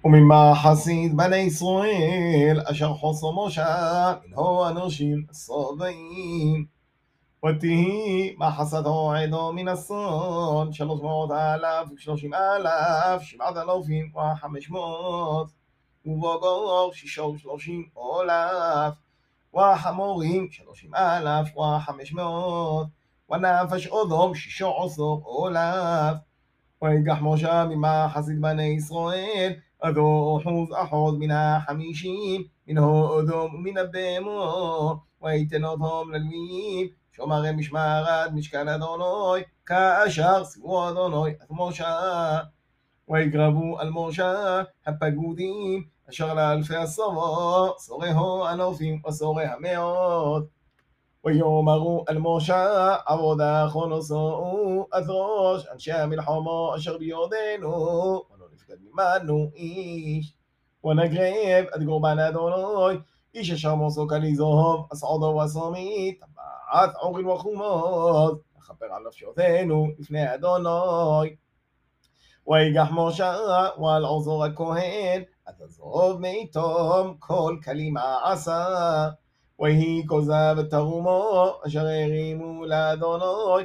וממה חסיד בני ישראל אשר חוסו משה מנהו אנשים הסובעים ותהי מחסתו עדו מן הסון 300,000 7,500 ובוגור 36,000 וחמורים 30,500 ונפש אודום 16,000 ויקח משה ממחצית בני ישראל אדו אחוז מן החמישים מן האדום ומן הבהמות ויתן אותם ללוויים שומרי משמרת משכן אדוני כאשר ציוו אדוני את משה ויקרבו על משה הפקודים אשר לאלפי השרה שרי האלפים ושרי המאות ויאמרו אל משה עבודה כונוסו אז ראש אנשי המלחמה אשר בידינו ולא נפקד ממנו איש ונקרב את קורבן אדוני איש אשר מוסו כלי זהב אסעדו וסמית טבעת עורל וחומות לכפר על נפשותנו לפני אדוני ויגח משה ועל עוזר הכהן את הזהב מאיתום כל כלי מעשה ויהי כוזב את תרומו אשר הרימו לאדוני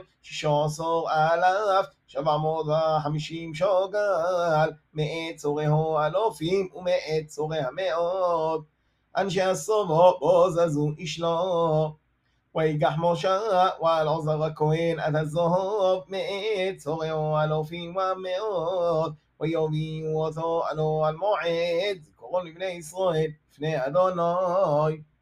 16,750 שוגל מאת צורי האלפים ומאת צורי המאות אנשי הסובו בוזזו איש לו ויגח משה ועל עוזר הכהן את הזהב מאת צורי האלפים והמאות ויביאו אותו עלו על מועד זיכרון לבני ישראל לפני אדוני